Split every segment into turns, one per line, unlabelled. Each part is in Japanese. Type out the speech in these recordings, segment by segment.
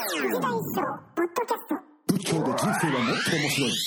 仏教で人生はもっと面白い。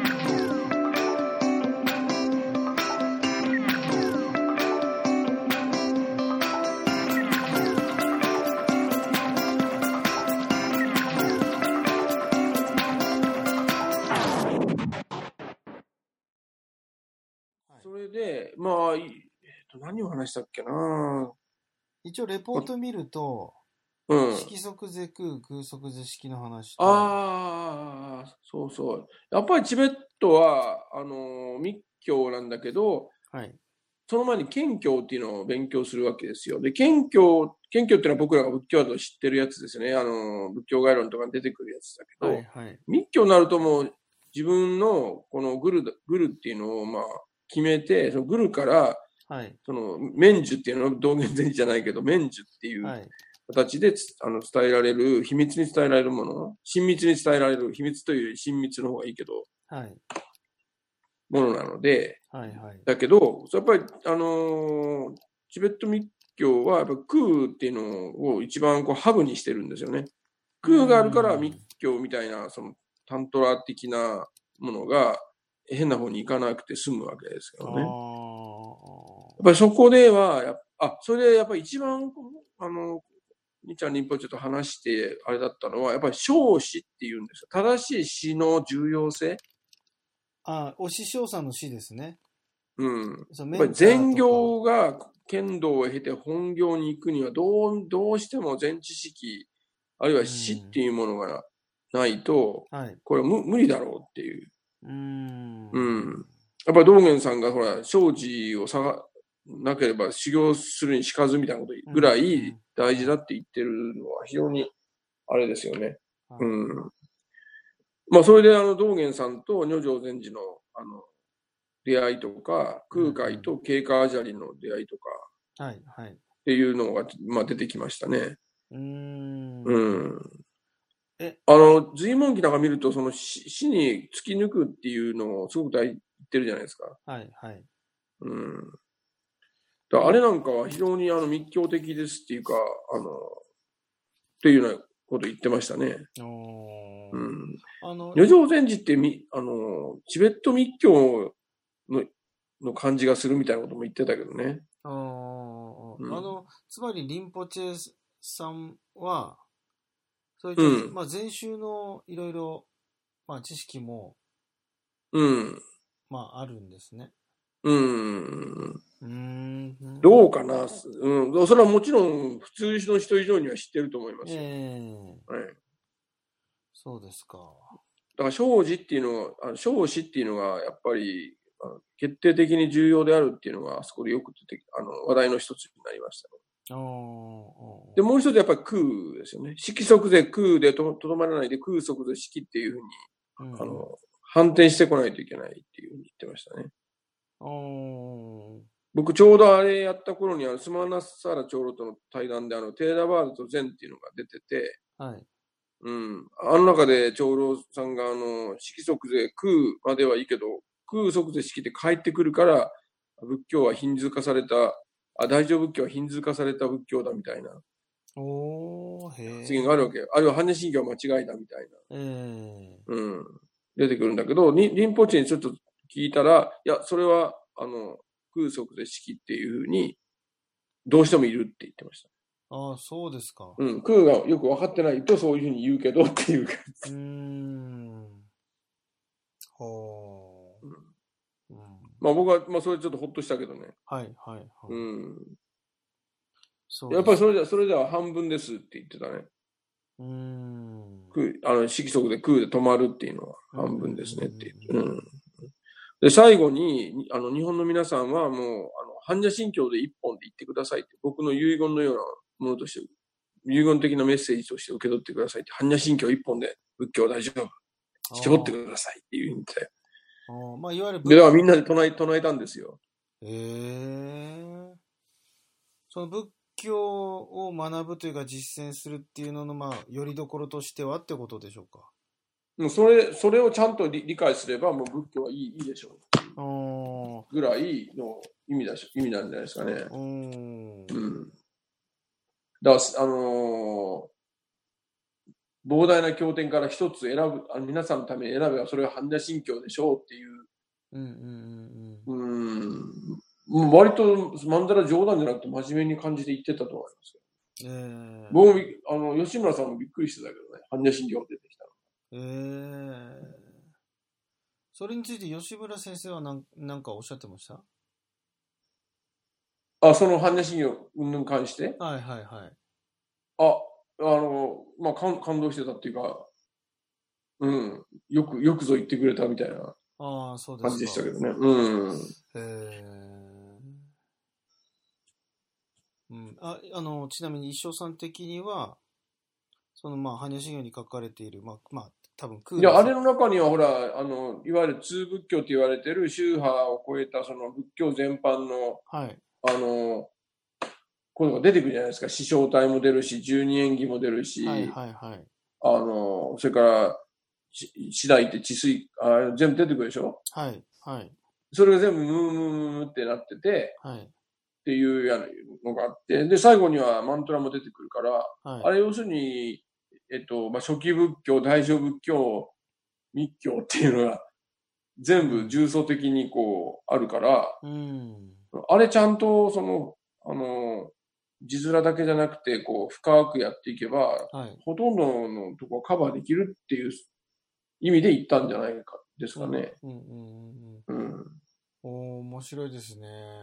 それで、まあ、何を話したっけな。
一応レポート見ると、色即是空、空即是色の話と。
ああ、そうそう。やっぱりチベットは、密教なんだけど、
はい。
その前に謙教っていうのを勉強するわけですよ。で、謙教っていうのは僕らが仏教だと知ってるやつですよね。仏教概論とかに出てくるやつだけど、
はいはい、
密教になるともう自分のこのグルっていうのをまあ決めて、そのグルから、
はい、
その免寿っていうのは道元禅師じゃないけど、免寿っていう形で、伝えられる、秘密に伝えられるもの、親密に伝えられる、秘密というより親密の方がいいけど、
はい、
ものなので、
はいはい、
だけど、やっぱり、チベット密教はやっぱ空っていうのを一番こうハブにしてるんですよね。空があるから密教みたいな、そのタントラ的なものが変な方に行かなくて済むわけですけどね。やっぱりそこでは、それでやっぱり一番、ニちゃんリンポチェと話してあれだったのは、やっぱり正史っていうんですよ。正しい詩の重要性。
お師匠さんの詩ですね。
やっぱり禅行が剣道を経て本業に行くにはどうしても禅知識、あるいは詩っていうものがないと、これは無理だろうっていう。やっぱり道元さんがほら、正知をなければ修行するにしかずみたいなことぐらい大事だって言ってるのは非常にあれですよね。まあそれで道元さんと如常禅師の出会いとか、空海と慶華阿闍梨の出会いとか、っていうのが、まあ、出てきましたね。随文記なんか見ると、その死に突き抜くっていうのをすごく言ってるじゃないですか。
はいはい。
あれなんかは非常に密教的ですっていうか、っていうようなこと言ってましたね。如常禅師ってチベット密教の感じがするみたいなことも言ってたけどね。
つまりリンポチェさんは、そういった、まあ禅宗のいろいろ、まあ知識も、まああるんですね。
どうかな。それはもちろん普通の人以上には知ってると思いますよ。
そうですか。
だから正史っていうのがやっぱり決定的に重要であるっていうのがあそこでよく出て話題の一つになりましたね。でもう一つやっぱり空ですよね。色即是空でとどまらないで空即是色っていうふうに反転してこないといけないっていうふうに言ってましたね。僕ちょうどあれやった頃にスマーナッサーラ長老との対談でテーラバードと禅っていうのが出てて、あの中で長老さんが色即是空まではいいけど空即是色って帰ってくるから仏教はヒンズー化された大乗仏教はヒンズー化された仏教だみたいな発言があるわけよ。あるいは般若心経は間違いだみたいな、出てくるんだけどリンポチェにちょっと聞いたらいやそれは空即是色っていうふうにどうしてもいるって言ってました。
そうですか。
空がよく分かってないとそういうふうに言うけどっていうか。まあ僕は、まあそれちょっとほっとしたけどね。やっぱりそれでは半分ですって言ってたね。色即で空で止まるっていうのは半分ですねって言って。で、最後に、日本の皆さんはもう、般若心経で一本で言ってくださいって、僕の遺言のようなものとして、遺言的なメッセージとして受け取ってくださいって、般若心経一本で仏教大丈夫。絞ってくださいっていうふうに言ってたよ。
まあ、いわゆる
で、だからみんなで唱えたんですよ。
その仏教を学ぶというか実践するっていうのの、まあ、よりどころとしてはってことでしょうか。
もうそれをちゃんと理解すれば、もう仏教はいいでしょう。ぐらいの意味なんじゃないですかね。だから、 膨大な経典から一つ選ぶ、皆さんのために選べばそれは般若心経でしょうっていう。割とまんざら冗談じゃなくて真面目に感じて言ってたと思いますよ。僕も吉村さんもびっくりしてたけどね、般若心経出てきたの。
それについて吉村先生はなんかおっしゃってました？
その般若心経に関して？
はいはいはい。
まあ、感動してたっていうか、よくぞ言ってくれたみたいな感じでしたけどね。
ちなみに一生さん的には、その般若心経に書かれている、多分
いや、あれの中にはほら、いわゆる通仏教と言われている宗派を超えたその仏教全般の、こういうのが出てくるじゃないですか。四正体も出るし、十二縁起も出るし、それから、次第って治水、全部出てくるでしょ？それが全部ムーってなってて、っていうのがあって、で、最後にはマントラも出てくるから、あれ要するに、初期仏教、大乗仏教、密教っていうのが全部重層的にこうあるから、あれちゃんとその、字面だけじゃなくて、こう、深くやっていけば、ほとんどのところカバーできるっていう意味で言ったんじゃないかですかね。
面白いですね。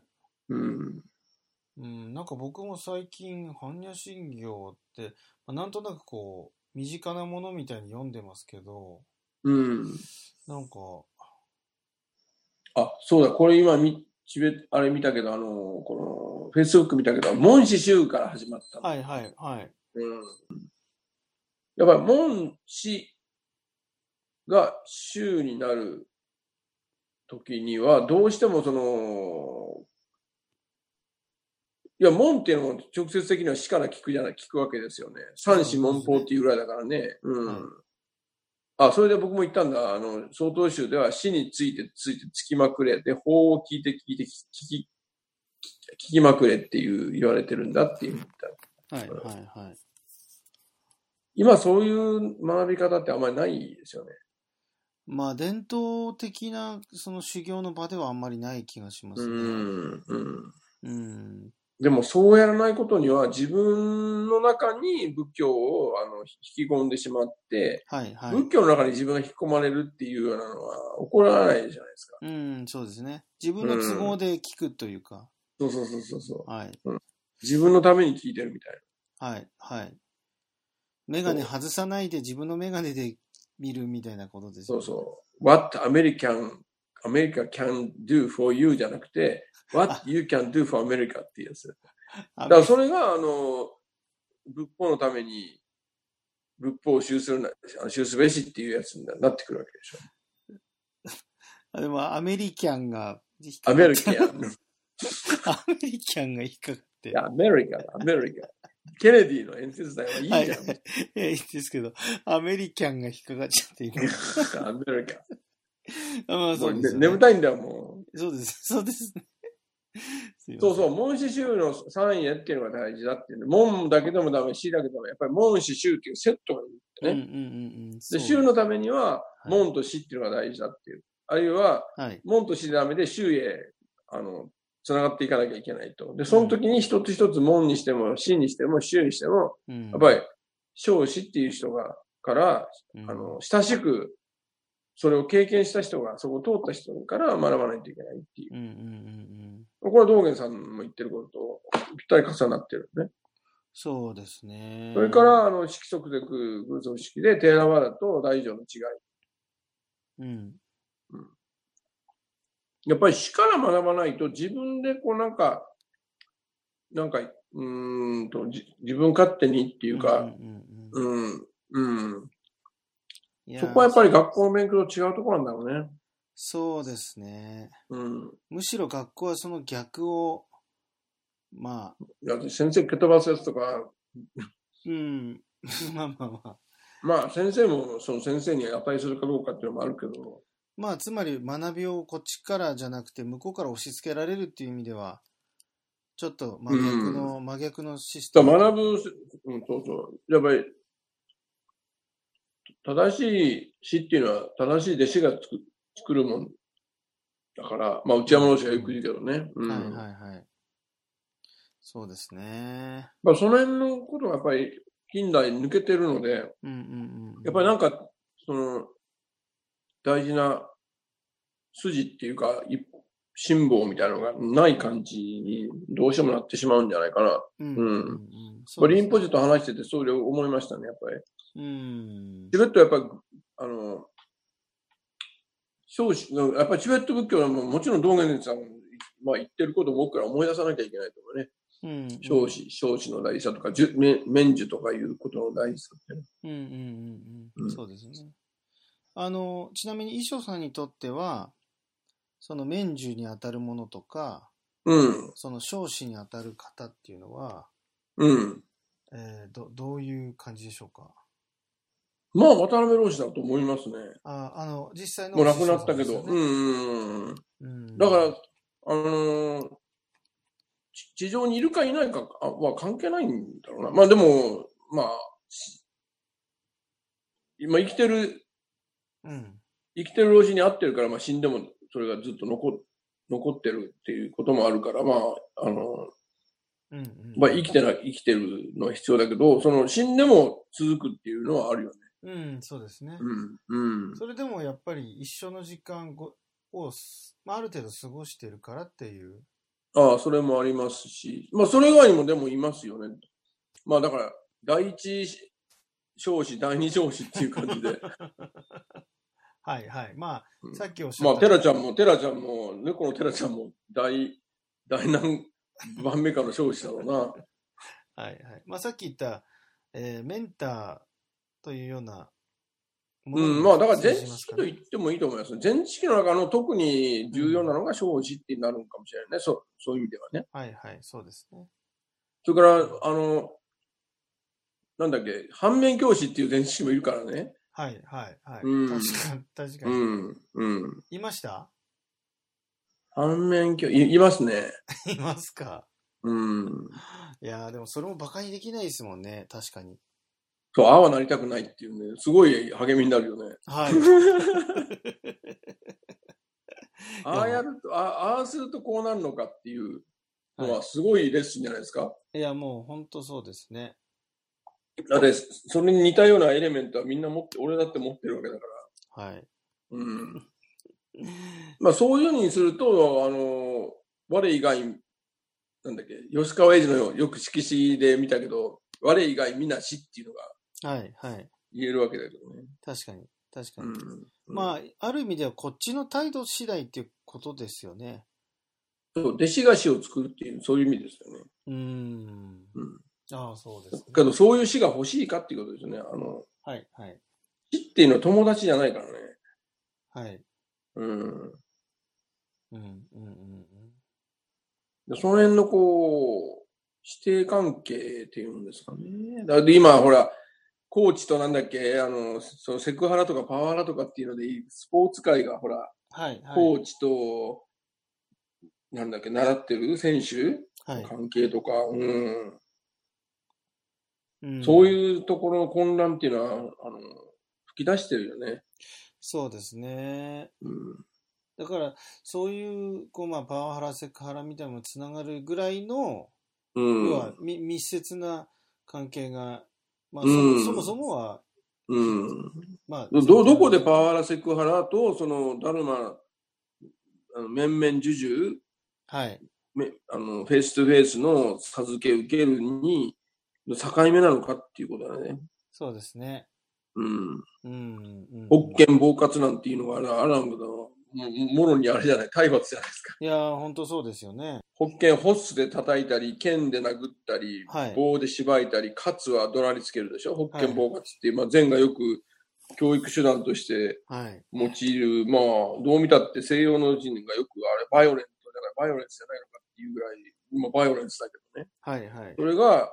なんか僕も最近、般若心経って、なんとなくこう、身近なものみたいに読んでますけど、なんか、
そうだ、これ今あれ見たけど、この、フェイスブック見たけど、門師宗から始まった。やっぱり門師が宗になる時には、どうしてもその、いや、門っていうのも直接的には死から聞くわけですよね。三子門法っていうぐらいだからね。それで僕も言ったんだ。曹洞宗では死についてつきまくれ。で、法を聞いて聞きまくれって言われてるんだって言った。今そういう学び方ってあんまりないですよね。
伝統的なその修行の場ではあんまりない気がしますね。
でもそうやらないことには自分の中に仏教を引き込んでしまって、仏教の中に自分が引き込まれるっていうようなのは起こらないじゃないですか。
そうですね。自分の都合で聞くというか。
そう。自分のために聞いてるみたい
な。メガネ外さないで自分のメガネで見るみたいなことですよね。
What America can do for you じゃなくて、What you can do for America っていうやつ。だからそれが、仏法のために、仏法を修すべしっていうやつになってくるわけでしょ。
でも、アメリキャンが
アメリキャン
が引っかかって。
アメリカ。ケネディの演説だよ。いいじゃん。
いいですけど、アメリキャンが引っかかっちゃっている。
アメリカ。
そうですね。
眠たいんだよ、も
う。そうですね。
門師宗の三位っていうのが大事だっていう。門だけでもダメ、師だけでも、やっぱり門師宗っていうセットがいるってね。で、宗のためには、門と師っていうのが大事だっていう。あるいは、門と師でダメで宗へ、つながっていかなきゃいけないと。で、その時に一つ一つ門にしても、師にしても、宗にしても、やっぱり、正師っていう人から、親しく、それを経験した人が、そこを通った人から学ばないといけないっていう。これは道元さんも言ってることとぴったり重なってるね。
そうですね。
それから、色即是空偶像式で、テーラワダと大乗の違い。やっぱり死から学ばないと、自分でこうなんか、自分勝手にっていうか、そこはやっぱり学校の勉強と違うところなんだろうね。
そうですね。むしろ学校はその逆を、
いや、先生蹴飛ばすやつとか。先生もその先生に値するかどうかっていうのもあるけど。
つまり学びをこっちからじゃなくて向こうから押し付けられるっていう意味では、ちょっと真逆のシステム。
学ぶ、そう。やっぱり、 正しい師っていうのは、正しい弟子が作るもんだから、まあ、内山老師がよく言うけどね。
はいはいはい。そうですね。
まあ、その辺のことがやっぱり近代抜けてるので、やっぱりなんか、その、大事な筋っていうか、辛抱みたいなのがない感じにどうしてもなってしまうんじゃないかな。リンポチェと話しててそう思いましたね、やっぱり。チベットやっぱり、やっぱりチベット仏教はもちろん道元さん、まあ言ってることも多くから思い出さなきゃいけないとかね。少子の大事さとか、免寿とかいうことの大事さってね。
そうですね。ちなみに衣装さんにとっては、その免寿にあたるものとか、その少子にあたる方っていうのは、どういう感じでしょうか。
まあ、渡辺老師だと思いますね。
実際の、
もう亡くなったけど。だから、地上にいるかいないかは関係ないんだろうな。まあでも、まあ、今生きてる老人に会ってるから、まあ死んでもそれがずっと残ってるっていうこともあるから、まあ、まあ生きてるのは必要だけど、その死んでも続くっていうのはあるよね。
そうですね。それでもやっぱり一緒の時間を、まあ、ある程度過ごしてるからっていう。
ああ、それもありますし、まあそれ以外にもでもいますよね。まあだから、第一少子、第二少子っていう感じで。
はいはい。まあ、さっきおっし
ゃった。まあ、テラちゃんも、猫のテラちゃんも第何番目かの少子だろうな。
はいはい。まあさっき言った、メンターというような
まあだから前知識と言ってもいいと思います。前知識の中の特に重要なのが少子ってなるかもしれないね。そういう意味ではね。
はいはい、そうですね。
それから、なんだっけ、反面教師っていう前知識もいるからね。
はいはいはい。確かに。いました？
反面教師、いますね。
いますか。いやでもそれも馬鹿にできないですもんね、確かに。
そう、ああはなりたくないっていうね、すごい励みになるよね。はい。ああやると、ああするとこうなるのかっていうのはすごいレッスンじゃないですか。
いや、もう本当そうですね。
だって、それに似たようなエレメントはみんな俺だって持ってるわけだから。はい。まあそういうふうにすると、我以外、なんだっけ、吉川英治のよく色紙で見たけど、我以外みなしっていうのが、はいはい。言えるわけだけどね。
確かに。まあ、ある意味ではこっちの態度次第っていうことですよね。
そう、弟子が師を作るっていう、そういう意味ですよね。
ああ、そうです、
ね。けど、そういう師が欲しいかっていうことですよね。
はいはい。
師っていうのは友達じゃないからね。
はい。
その辺の師弟関係っていうんですかね。だから今、ほら、コーチとなんだっけ、そのセクハラとかパワハラとかっていうので、スポーツ界がほら、はいはい、コーチと、なんだっけ、習ってる選手、はい、関係とか、そういうところの混乱っていうのは、吹き出してるよね。
そうですね。だから、そういう、まあ、パワハラ、セクハラみたいなのにつながるぐらいの、要は、密接な関係が、まあ、そもそもは、
まあ、どこでパワハラ、セクハラと、その、ダルマ、面々授受、はい。フェイストゥフェイスの授け受けるに、境目なのかっていうことだね。
そうですね。
保険暴活なんていうのがあるんだろう。もろにあれじゃない、体罰じゃないですか。
いやー、本当そうですよね。
ホッスで叩いたり、剣で殴ったり、はい、棒で縛いたり、カツは怒鳴りつけるでしょ。保険暴活っていう、まあ、禅がよく教育手段として用いる、まあ、どう見たって西洋の人がよくバイオレンスじゃないのかっていうぐらい、今バイオレンスだけどね。はいはい。それが、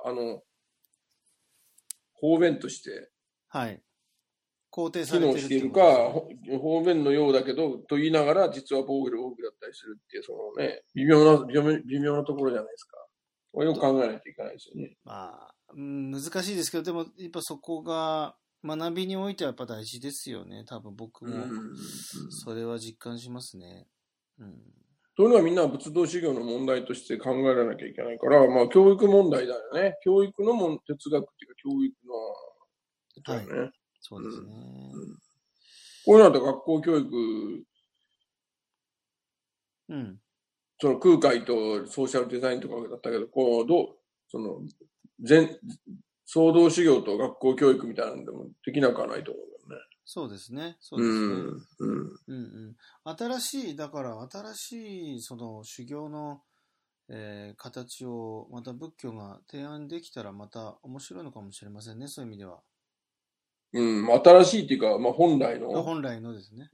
方便として、はい。肯定されてる機能しているか、方便のようだけど、と言いながら、実は防御力だったりするっていう、そのね、微妙なところじゃないですか。これを考えないといけないですよね。
まあ、難しいですけど、でも、やっぱそこが、 学びにおいてはやっぱ大事ですよね。多分僕もそれは実感しますね。
そういうのはみんな仏道修行の問題として考えられなきゃいけないから、まあ教育問題だよね。教育の哲学っていうか教育のことだよね。
はい、そうですね。
こういうのだと学校教育、その空海とソーシャルデザインとかだったけど、こう創道修行と学校教育みたいなのでもできなくはないと思うよね。
そうですね。そうですね。新しいその修行の、形をまた仏教が提案できたらまた面白いのかもしれませんね。そういう意味では。
新しいっていうか、まあ本来の
ですね。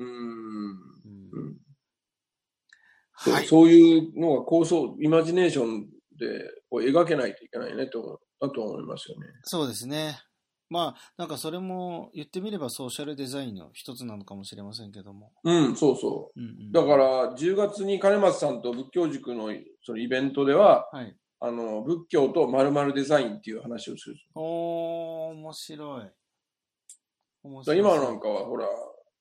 はい、そういうのが構想、イマジネーションでこう描けないといけないねと思いますよね。
そうですね。まあ、なんかそれも言ってみればソーシャルデザインの一つなのかもしれませんけども。
そうそう。だから10月に金松さんと仏教塾のそのイベントでは、仏教と〇〇デザインっていう話をする。
面白い。
今なんかはほら、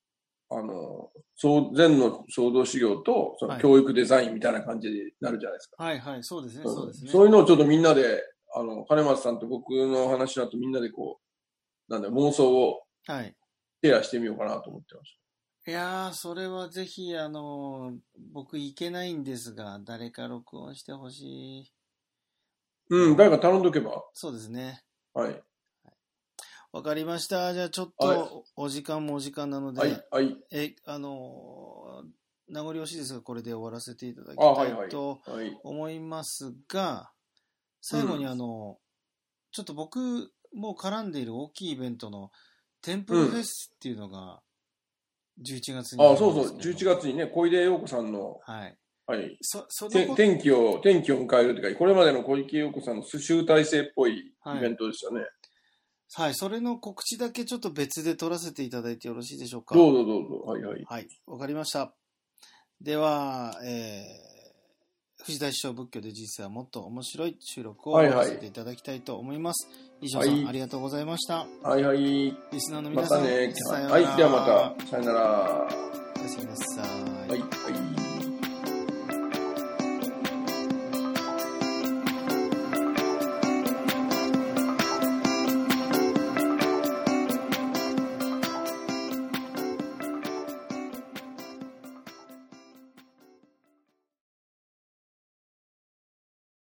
禅の創道修行とその教育デザインみたいな感じになるじゃないですか。
はいはい、そうですね、そうですね。
そういうのをちょっとみんなで、金松さんと僕の話だとみんなでこう、妄想をシェアしてみようかなと思ってます。
いやー、それはぜひ、僕行けないんですが、誰か録音してほしい。
誰か頼んどけば。
そうですね。
はい。
わかりました。じゃあちょっとお時間もお時間なので、名残惜しいですが、これで終わらせていただきたいと思いますが、最後にちょっと僕も絡んでいる大きいイベントのテンプルフェスっていうのが11月に
そうそう、11月にね、小出陽子さんの、転機を迎えるというか、これまでの小池陽子さんの集大成っぽいイベントでしたね。
はい、それの告知だけちょっと別で取らせていただいてよろしいでしょうか。
どうぞ。はい。
はい、わかりました。では、藤田師匠仏教で人生はもっと面白い収録をさせていただきたいと思います。以上さん、ありがとうございました。
リ
スナーの皆さん、
またね。はい、ではまた。さよなら。
おやすみなさい。
はい。